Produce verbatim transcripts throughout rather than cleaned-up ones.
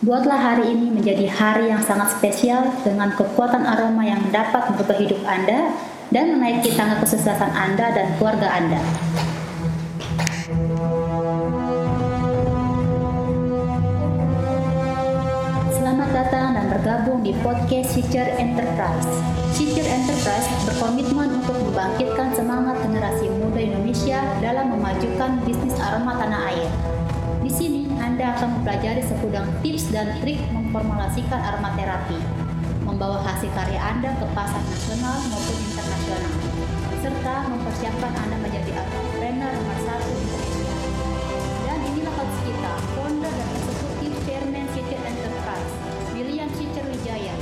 Buatlah hari ini menjadi hari yang sangat spesial dengan kekuatan aroma yang dapat merubah hidup Anda dan menaiki tangga kesuksesan Anda dan keluarga Anda. Selamat datang dan bergabung di podcast Cicer Enterprise. Cicer Enterprise berkomitmen untuk membangkitkan semangat generasi muda Indonesia dalam memajukan bisnis aroma tanah air. Di sini Anda akan mempelajari segudang tips dan trik memformulasikan aromaterapi, membawa hasil karya Anda ke pasar nasional maupun internasional, serta mempersiapkan Anda menjadi entrepreneur nomor satu di Indonesia. Dan inilah host kita, founder dan eksekutif chairman Cicer Enterprise, William Cicer Wijaya.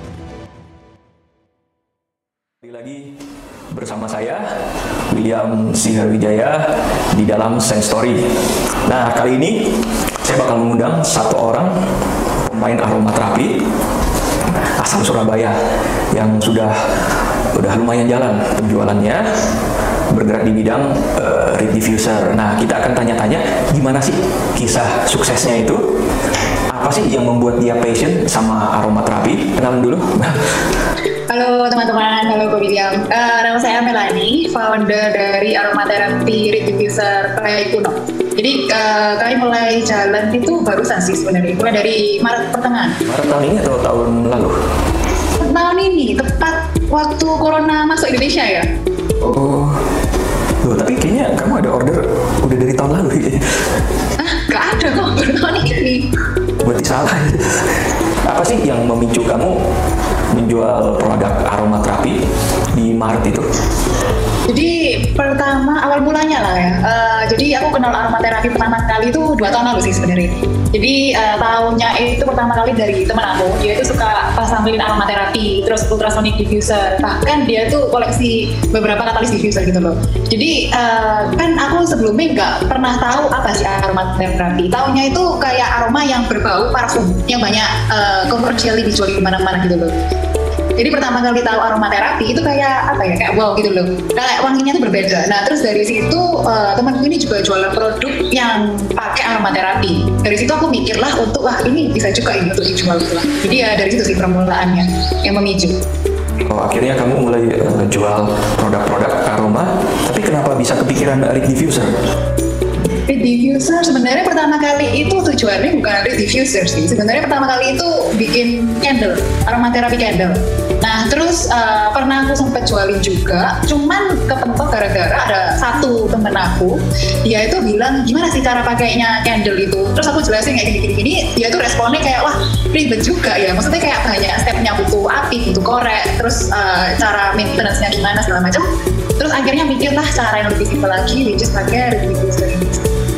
Lagi bersama saya William Cicer Wijaya di dalam Sense Story. Nah, kali ini saya bakal mengundang satu orang pemain aromaterapi asal Surabaya yang sudah udah lumayan jalan penjualannya, bergerak di bidang uh, reed diffuser. Nah, kita akan tanya-tanya gimana sih kisah suksesnya itu, apa sih yang membuat dia passion sama aromaterapi. Kenalan dulu. Halo teman-teman, halo Ko William. Uh, nama saya Melanie, founder dari aromaterapi reed diffuser Play Kuno. Jadi uh, kami mulai jalan itu barusan sih sebenarnya, mulai dari Maret pertengahan. Maret tahun ini atau tahun lalu? Tahun ini, tepat waktu Corona masuk Indonesia ya. Oh, loh, tapi kayaknya kamu ada order udah dari tahun lalu ya? Ah, gak ada kok, baru tahun ini. Berarti salah. Apa sih yang memicu kamu menjual produk aromaterapi di Maret itu? Jadi pertama awal mulanya lah ya. Uh, jadi aku kenal aromaterapi pertama kali itu dua tahun lalu sih sebenarnya. Jadi uh, tahunnya itu pertama kali dari teman aku. Dia itu suka pasangin aromaterapi, terus ultrasonic diffuser. Bahkan dia tuh koleksi beberapa katalis diffuser gitu loh. Jadi uh, kan aku sebelumnya nggak pernah tahu apa sih aromaterapi. Taunya itu kayak aroma yang berbau parfum yang banyak uh, commercially dijual di mana-mana gitu loh. Jadi pertama kali tahu aromaterapi itu kayak apa ya, kayak wow gitu loh, kayak wanginya tuh berbeda. Nah terus dari situ uh, temanku ini juga jualan produk yang pakai aromaterapi. Dari situ aku mikirlah untuk wah ini bisa juga ini untuk dijual gitu lah. Jadi ya dari situ sih permulaannya yang memicu. Oh, akhirnya kamu mulai uh, jual produk-produk aroma, tapi kenapa bisa kepikiran reed diffuser? Reed diffuser sebenarnya pertama kali itu tujuannya bukan reed diffuser sih. Sebenarnya pertama kali itu bikin candle, aromaterapi candle. Nah terus uh, pernah aku sempat jualin juga, cuman kepentok gara-gara ada satu temen aku, dia itu bilang gimana sih cara pakainya candle itu. Terus aku jelasin kayak gini-gini, dia tuh responnya kayak wah ribet juga ya. Maksudnya kayak banyak stepnya, butuh api, butuh korek, terus uh, cara maintenance-nya gimana segala macam. Terus akhirnya mikirlah cara yang lebih simpel lagi, which is pakai reed diffuser ini.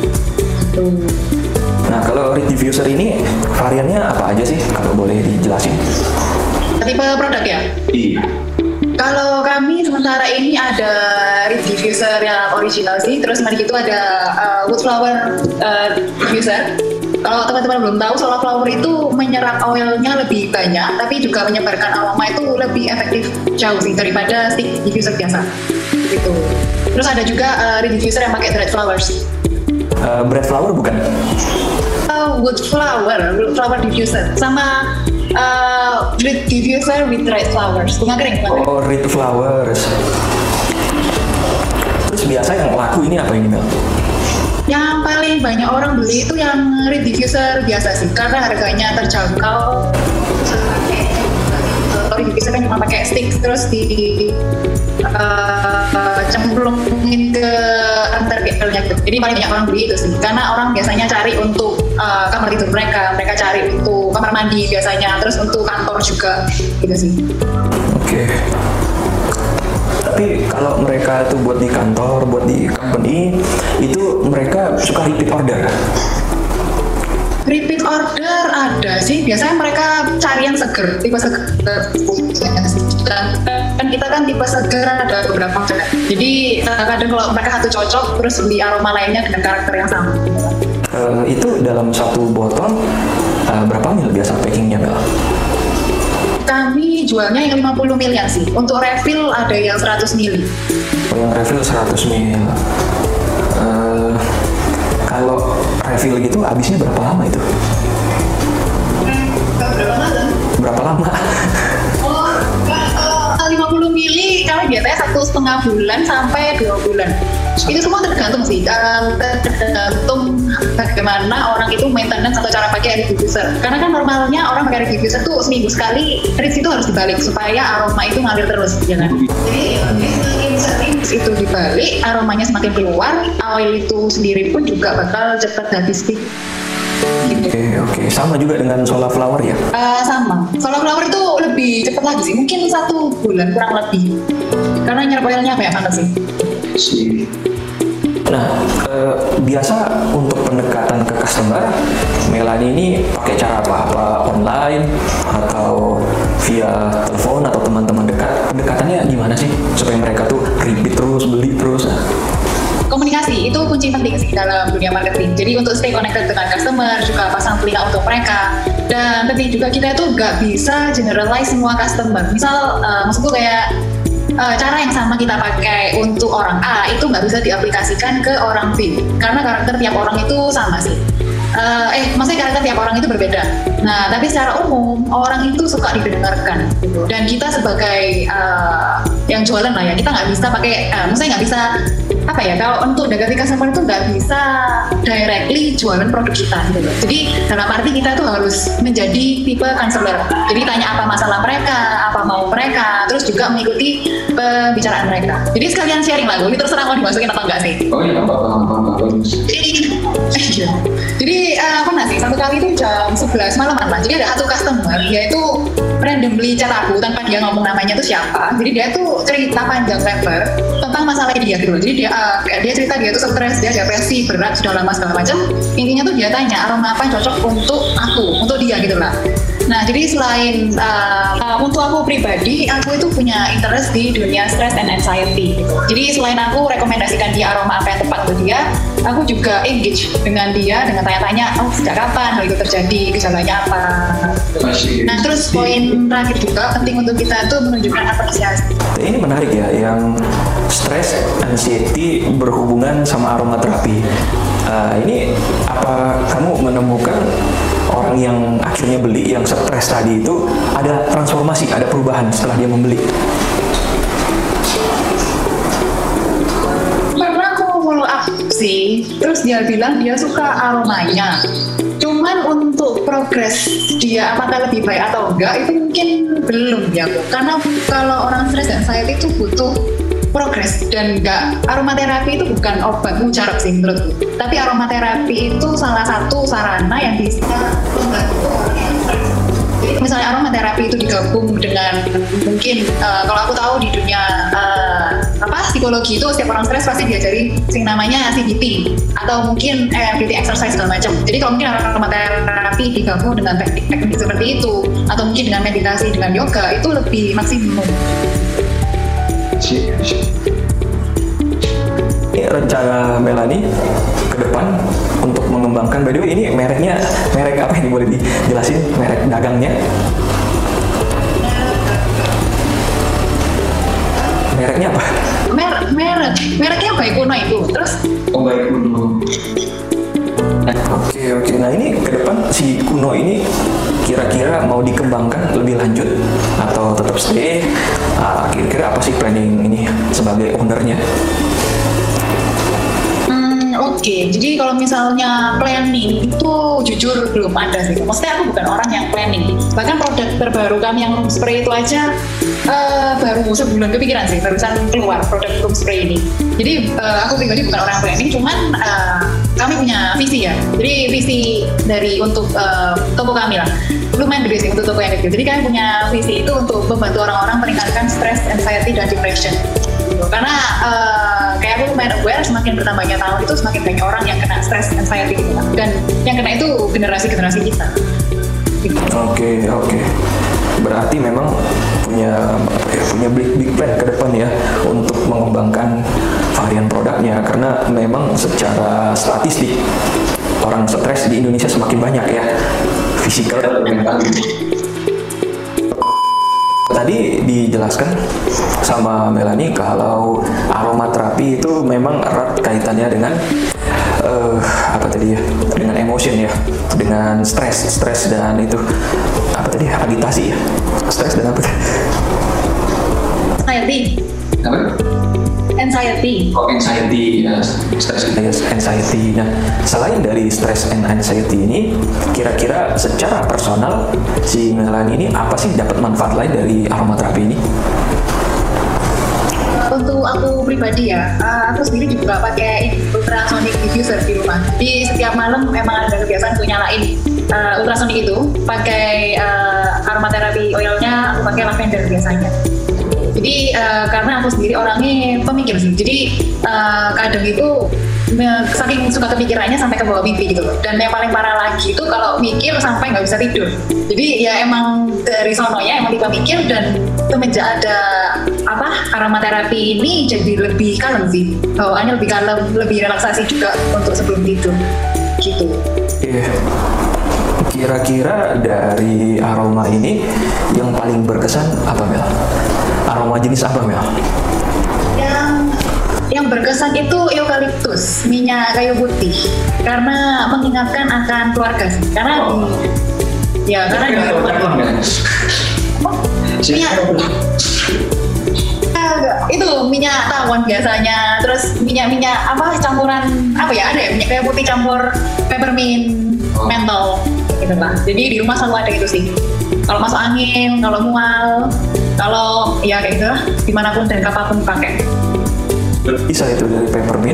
Nah, kalau reed diffuser ini variannya apa aja sih kalau boleh dijelasin? Tipe produk ya? Iya. Kalau kami sementara ini ada reed diffuser yang original sih, terus mari itu ada uh, wood flower uh, diffuser. Kalau teman-teman belum tahu, solar flower itu menyerap oilnya lebih banyak, tapi juga menyebarkan aroma itu lebih efektif jauh sih daripada stick diffuser biasa. Gitu. Terus ada juga uh, reed diffuser yang pakai dried flowers. Uh, bread flower bukan? Uh, wood flower, wood flower diffuser, sama uh, reed diffuser with dried flowers, bunga kering. Bunga kering. Oh, reed flowers. Terus biasa yang laku ini apa ini Mel? Yang paling banyak orang beli itu yang reed diffuser biasa sih, karena harganya terjangkau. Kalau diffuser kan cuma pakai stick terus di uh, cemplungin ke antar candle-nya gitu. Jadi paling banyak orang beli itu sih, karena orang biasanya cari untuk uh, kamar tidur mereka, mereka cari untuk kamar mandi biasanya, terus untuk kantor juga gitu sih. Oke. Okay. Tapi kalau mereka itu buat di kantor, buat di company, itu mereka suka repeat order. Repeat order ada sih, biasanya mereka cari yang seger, tipe seger. Dan kan kita kan tipe seger ada beberapa. Jadi kadang kalau mereka satu cocok, terus beli aroma lainnya dengan karakter yang sama. Uh, itu dalam satu botol uh, berapa mil biasa packingnya Mel? Kami jualnya yang lima puluh milian sih. Untuk refill ada yang seratus mili. Oh, yang refill seratus mil. Uh, kalau refill gitu habisnya berapa lama itu? setengah bulan sampai dua bulan. Itu semua tergantung sih, uh, tergantung bagaimana orang itu maintenance atau cara pakai air diffuser. Karena kan normalnya orang pakai air diffuser tuh seminggu sekali, rinse itu harus dibalik supaya aroma itu ngalir terus, ya kan? Jadi semakin sering itu dibalik, aromanya semakin keluar, oil itu sendiri pun juga bakal cepat habis sih. Oke okay, oke okay. Sama juga dengan solar flower ya? Uh, sama. Solar flower itu lebih cepat lagi sih, mungkin satu bulan kurang lebih. Karena nyerap oilnya banyak banget sih. Nah, eh, biasa untuk pendekatan ke customer, Melanie ini pakai cara apa? Apa online atau via telepon atau teman-teman dekat? Pendekatannya gimana sih supaya mereka tuh repeat terus, beli terus? Komunikasi itu kunci penting sih dalam dunia marketing. Jadi untuk stay connected dengan customer, juga pasang telinga untuk mereka. Dan penting juga kita itu nggak bisa generalize semua customer. Misal, uh, maksudku kayak Uh, cara yang sama kita pakai untuk orang A itu nggak bisa diaplikasikan ke orang B karena karakter tiap orang itu sama sih. Uh, eh, maksudnya karakter tiap orang itu berbeda. Nah, tapi secara umum orang itu suka didengarkan gitu. Dan kita sebagai uh, yang jualan lah ya, kita nggak bisa pakai, uh, maksudnya nggak bisa apa ya? Kalau untuk dekati customer itu nggak bisa directly jualan produk kita gitu. Jadi dalam arti kita tuh harus menjadi tipe counselor. Jadi tanya apa masalah mereka, apa mau mereka, terus juga mengikuti pembicaraan mereka. Jadi sekalian sharing lah, ini terserah mau dimasukin atau enggak sih. Oh iya, apa-apa. Jadi, jadi uh, pernah sih satu kali itu jam sebelas malaman lah. Jadi ada satu customer, dia itu randomly chat aku tanpa dia ngomong namanya itu siapa. Jadi dia tuh cerita panjang lebar tentang masalah dia gitu. Jadi dia uh, dia cerita dia tuh stres, dia depresi berat sudah lama segala macam. Intinya tuh dia tanya aroma apa yang cocok untuk aku, untuk dia gitu lah. Nah, jadi selain uh, uh, untuk aku pribadi, aku itu punya interest di dunia stress and anxiety. Gitu. Jadi selain aku rekomendasikan dia aroma apa yang tepat untuk dia, aku juga engage dengan dia dengan tanya-tanya, oh sejak kapan hal itu terjadi, gejalanya apa. Nah, terus poin terakhir juga penting untuk kita tuh menunjukkan apresiasi. Ini menarik ya, yang stress, anxiety berhubungan sama aromaterapi. Uh, ini apa kamu menemukan orang yang akhirnya beli, yang stres tadi itu ada transformasi, ada perubahan setelah dia membeli? Karena aku follow up sih, terus dia bilang dia suka aromanya. Cuman untuk progres dia apakah lebih baik atau enggak itu mungkin belum ya, karena kalau orang stres dan anxiety itu butuh progres dan enggak, aromaterapi itu bukan obat mujarab sih menurutku, tapi aromaterapi itu salah satu sarana yang bisa membantu orang yang stres. Misalnya aromaterapi itu digabung dengan mungkin uh, kalau aku tahu di dunia uh, apa psikologi itu setiap orang stres pasti diajari sing namanya C B T atau mungkin eh, breathing exercise segala macam. Jadi kalau mungkin aromaterapi digabung dengan teknik-teknik seperti itu atau mungkin dengan meditasi, dengan yoga itu lebih maksimum. Ini rencana Melanie ke depan untuk mengembangkan, by the way ini mereknya, merek apa ini boleh dijelasin merek dagangnya? Mereknya apa? Merek, merek, mereknya Baik Kuno itu, terus? Oh Baik Kuno. Oke oke, nah ini ke depan si Kuno ini kira-kira mau dikembangkan lebih lanjut atau tetap stay? Uh, kira-kira apa sih planning ini sebagai ownernya? Hmm, Oke, okay. Jadi kalau misalnya planning itu jujur belum ada sih. Maksudnya aku bukan orang yang planning. Bahkan produk terbaru kami yang room spray itu aja uh, baru sebulan kepikiran sih, barusan keluar produk room spray ini. Jadi uh, aku pribadi bukan orang planning, cuman uh, kami punya visi ya. Jadi visi dari untuk uh, toko kami lah. Lumayan gede sih untuk toko yang kecil. Jadi kami punya visi itu untuk membantu orang-orang meningkatkan stress, anxiety, dan depression. Gitu. Karena uh, kayak aku lumayan aware, semakin bertambahnya tahun itu semakin banyak orang yang kena stress, anxiety gitu kan. Dan yang kena itu generasi-generasi kita. Gitu. Oke okay, oke. Okay. Berarti memang punya ya, punya big big plan ke depan ya untuk mengembangkan varian produknya, karena memang secara statistik orang stres di Indonesia semakin banyak ya. Fisikal dan mental. Tadi dijelaskan sama Melanie kalau aromaterapi itu memang erat kaitannya dengan uh, apa tadi ya, dengan emotion ya, dengan stres, stres dan itu apa tadi, agitasi ya, stres dan apa tadi? Anxiety. Apa? Anxiety. Oh, anxiety, ya, stress. Yes, anxiety. Nah, selain dari stress and anxiety ini, kira-kira secara personal si Melanie ini apa sih dapat manfaat lain dari aromaterapi ini? Untuk aku pribadi ya, uh, aku sendiri juga pakai ini, ultrasonic diffuser di rumah. Jadi setiap malam memang ada kebiasaan untuk nyalain uh, ultrasonic itu. Pakai uh, aromaterapi oilnya, aku pakai lavender biasanya. Jadi uh, karena aku sendiri orangnya pemikir sih, jadi uh, kadang itu me- saking suka kepikirannya sampai ke bawah mimpi gitu loh. Dan yang paling parah lagi itu kalau mikir sampai nggak bisa tidur. Jadi ya emang dari sononya emang tipe mikir, dan semenjak ada apa aromaterapi ini jadi lebih kalem sih, bawaannya lebih kalem, lebih relaksasi juga untuk sebelum tidur gitu. Iya. Yeah. Kira-kira dari aroma ini yang paling berkesan apa, Mel? Aroma jenis apa, Mel? Yang yang berkesan itu eukaliptus, minyak kayu putih, karena mengingatkan akan keluarga sih. Karena Oh. di, ya karena di rumah minyak Ah, itu minyak tawon biasanya, terus minyak-minyak apa campuran apa ya, ada ya minyak kayu putih campur peppermint, mentol gitu lah. Jadi di rumah selalu ada itu sih. Kalau masuk angin, kalau mual, kalau ya kayak gitu lah, dimanapun dan kapanpun pakai. Bisa itu dari peppermint,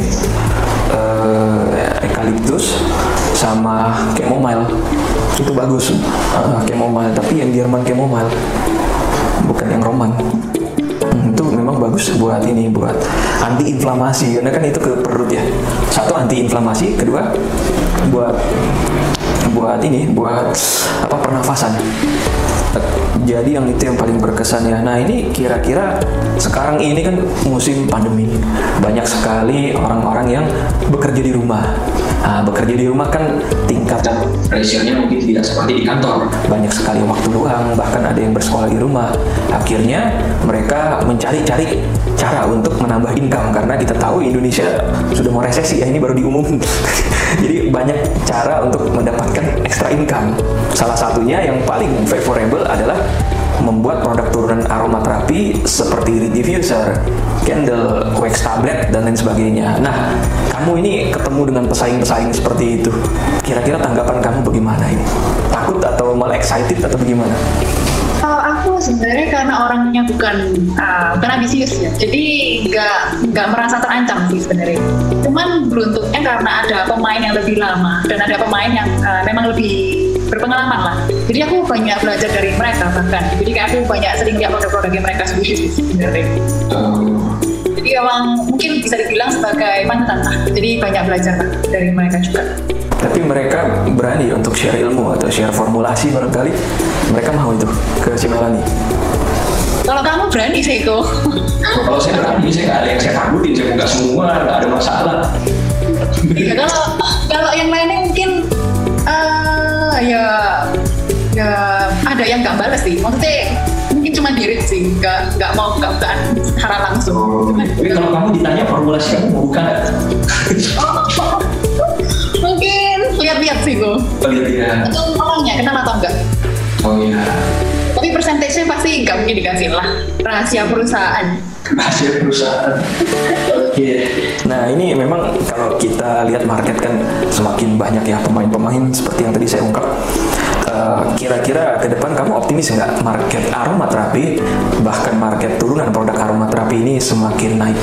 uh, eukaliptus, sama chamomile. Itu bagus. Uh, chamomile, tapi yang Jerman chamomile, bukan yang Roman. Hmm, itu memang bagus buat ini, buat anti-inflamasi, karena kan itu ke perut ya. Satu anti-inflamasi, kedua buat buat ini, buat apa pernafasan. Jadi yang itu yang paling berkesan ya. Nah ini kira-kira sekarang ini kan musim pandemi, banyak sekali orang-orang yang bekerja di rumah. Nah, bekerja di rumah kan tingkat Dan pressure-nya mungkin tidak seperti di kantor. banyak sekali waktu luang, bahkan ada yang bersekolah di rumah. Akhirnya mereka mencari-cari cara untuk menambah income, karena kita tahu Indonesia sudah mau resesi ya, ini baru diumumkan. Jadi banyak cara untuk mendapatkan extra income. Salah satunya yang paling favorable adalah membuat produk turunan aromaterapi seperti diffuser, candle, wax tablet, dan lain sebagainya. Nah, kamu ini ketemu dengan pesaing-pesaing seperti itu. Kira-kira tanggapan kamu bagaimana ini? Takut atau malah excited atau bagaimana? Kalau aku sebenarnya karena orangnya bukan uh, bukan ambisius ya, jadi nggak nggak merasa terancam sih sebenarnya. Cuman beruntungnya karena ada pemain yang lebih lama dan ada pemain yang uh, memang lebih berpengalaman lah. Jadi aku banyak belajar dari mereka bahkan. Jadi kayak aku banyak sering lihat produk-produknya mereka sendiri sih sebenarnya. Um, Jadi emang mungkin bisa dibilang sebagai panutan lah. Jadi banyak belajar lah dari mereka juga. Tapi mereka berani untuk share ilmu atau share formulasi barangkali. Mereka mau itu ke si Melanie. Kalau kamu berani sih itu. kalau saya berani, saya nggak ada yang saya takutin, saya buka semua, nggak ada masalah. Ya, kalau kalau yang lainnya mungkin uh, ya ya ada yang nggak balas sih. Maksudnya mungkin cuma diri sih, nggak nggak mau nggak bukaan secara langsung. Oh, tapi kalau kamu ditanya formulasi kamu mau buka nggak? Oh, mungkin lihat-lihat sih gue. Lihat-lihat. Atau orangnya kenal atau enggak? Oh iya. Tapi persentasenya pasti nggak mungkin dikasih lah. Rahasia perusahaan. Hasil perusahaan. Oke. Nah ini memang kalau kita lihat market kan semakin banyak ya pemain-pemain seperti yang tadi saya ungkap. Uh, kira-kira ke depan kamu optimis nggak market aromaterapi, bahkan market turunan produk aromaterapi ini semakin naik?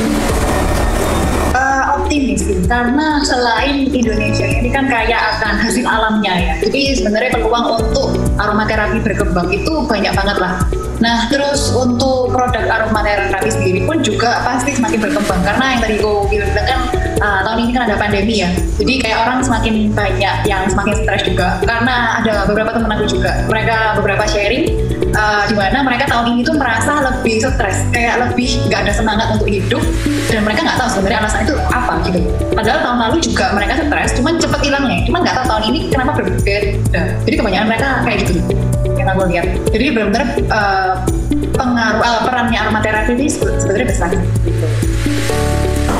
Uh, optimis sih, karena selain Indonesia ini kan kaya akan hasil alamnya ya. Jadi sebenarnya peluang untuk aromaterapi berkembang itu banyak banget lah. Nah, terus untuk produk aromaterapi sendiri pun juga pasti semakin berkembang, karena yang tadi gue bilang kan uh, tahun ini kan ada pandemi ya. Jadi kayak orang semakin banyak yang semakin stres juga, karena ada beberapa temen aku juga, mereka beberapa sharing uh, di mana mereka tahun ini tuh merasa lebih stres, kayak lebih nggak ada semangat untuk hidup, dan mereka nggak tahu sebenarnya alasan itu apa gitu. Padahal tahun lalu juga mereka stres, cuman cepet hilangnya, cuman nggak tahu tahun ini kenapa berbeda. Jadi kebanyakan mereka kayak gitu yang aku lihat. Jadi benar-benar uh, pengaruh uh, perannya aromaterapi ini sebenarnya besar gitu.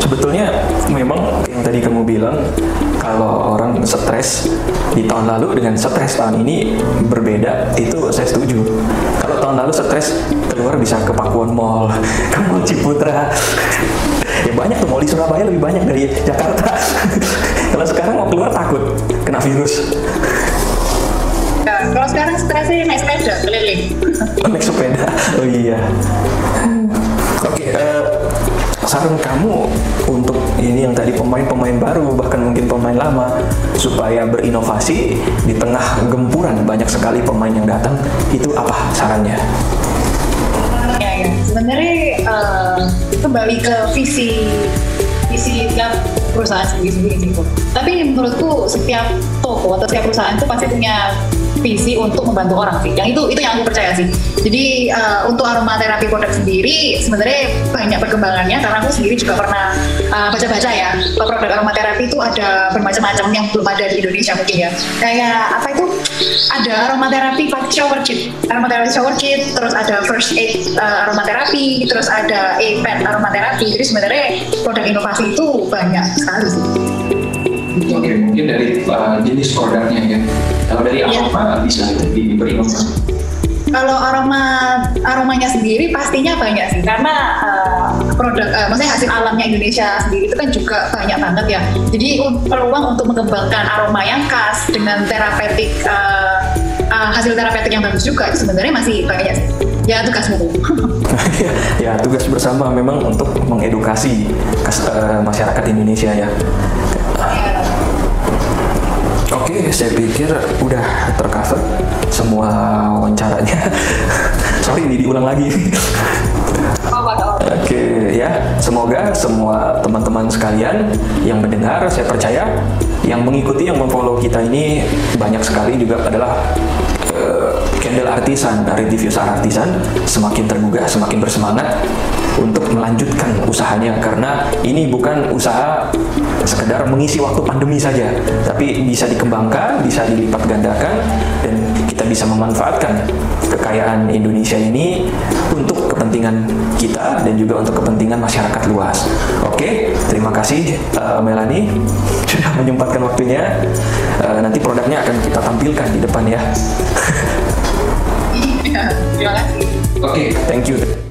sebetulnya memang yang tadi kamu bilang kalau orang stres di tahun lalu dengan stres tahun ini berbeda, itu saya setuju. Kalau tahun lalu stres keluar bisa ke Pakuwon Mall, ke Mall Ciputra. Ya banyak tuh, mall di Surabaya lebih banyak dari Jakarta. Kalau sekarang mau keluar takut kena virus. Nah, kalau sekarang stresnya naik sepeda keliling. Oh, naik sepeda, oh iya. Oke, uh, saran kamu untuk ini yang tadi pemain-pemain baru, bahkan mungkin pemain lama, supaya berinovasi di tengah gempuran banyak sekali pemain yang datang, itu apa sarannya? Ya, ya. Sebenarnya uh, kembali ke visi visi tiap perusahaan sendiri-sendiri sih. Tapi menurutku setiap toko atau setiap perusahaan itu pasti punya visi untuk membantu orang sih. Yang itu itu yang aku percaya sih. Jadi uh, untuk aromaterapi produk sendiri sebenarnya banyak perkembangannya, karena aku sendiri juga pernah uh, baca-baca ya. Produk aromaterapi itu ada bermacam-macam yang belum ada di Indonesia mungkin ya. Kayak apa itu? Ada aromaterapi shower kit, aromaterapi shower kit, terus ada first aid uh, aromaterapi, terus ada A-pad aromaterapi. Jadi sebenarnya produk inovasi itu banyak sekali sih. Oke, mungkin dari uh, jenis produknya ya. Kalau dari aroma ya, bisa diberi inovasi. Kalau aroma aromanya sendiri pastinya banyak sih, karena uh, produk, uh, maksudnya hasil alamnya Indonesia sendiri itu kan juga banyak banget ya. Jadi peluang untuk mengembangkan aroma yang khas dengan terapeutik uh, uh, hasil terapeutik yang bagus juga itu sebenarnya masih banyak sih. Ya tugasmu. Ya tugas bersama memang untuk mengedukasi uh, masyarakat Indonesia ya. Oke, saya pikir udah tercover semua wawancaranya. Sorry, ini diulang lagi. Oke, ya. Semoga semua teman-teman sekalian yang mendengar, saya percaya yang mengikuti, yang memfollow kita ini banyak sekali juga adalah uh, candle artisan, reviews artisan, semakin tergugah, semakin bersemangat untuk melanjutkan usahanya, karena ini bukan usaha sekedar mengisi waktu pandemi saja, tapi bisa dikembangkan, bisa dilipat gandakan, dan kita bisa memanfaatkan kekayaan Indonesia ini untuk kepentingan kita dan juga untuk kepentingan masyarakat luas. Oke, terima kasih uh, Melanie sudah menyempatkan waktunya. Uh, nanti produknya akan kita tampilkan di depan ya. Terima kasih. Oke, thank you.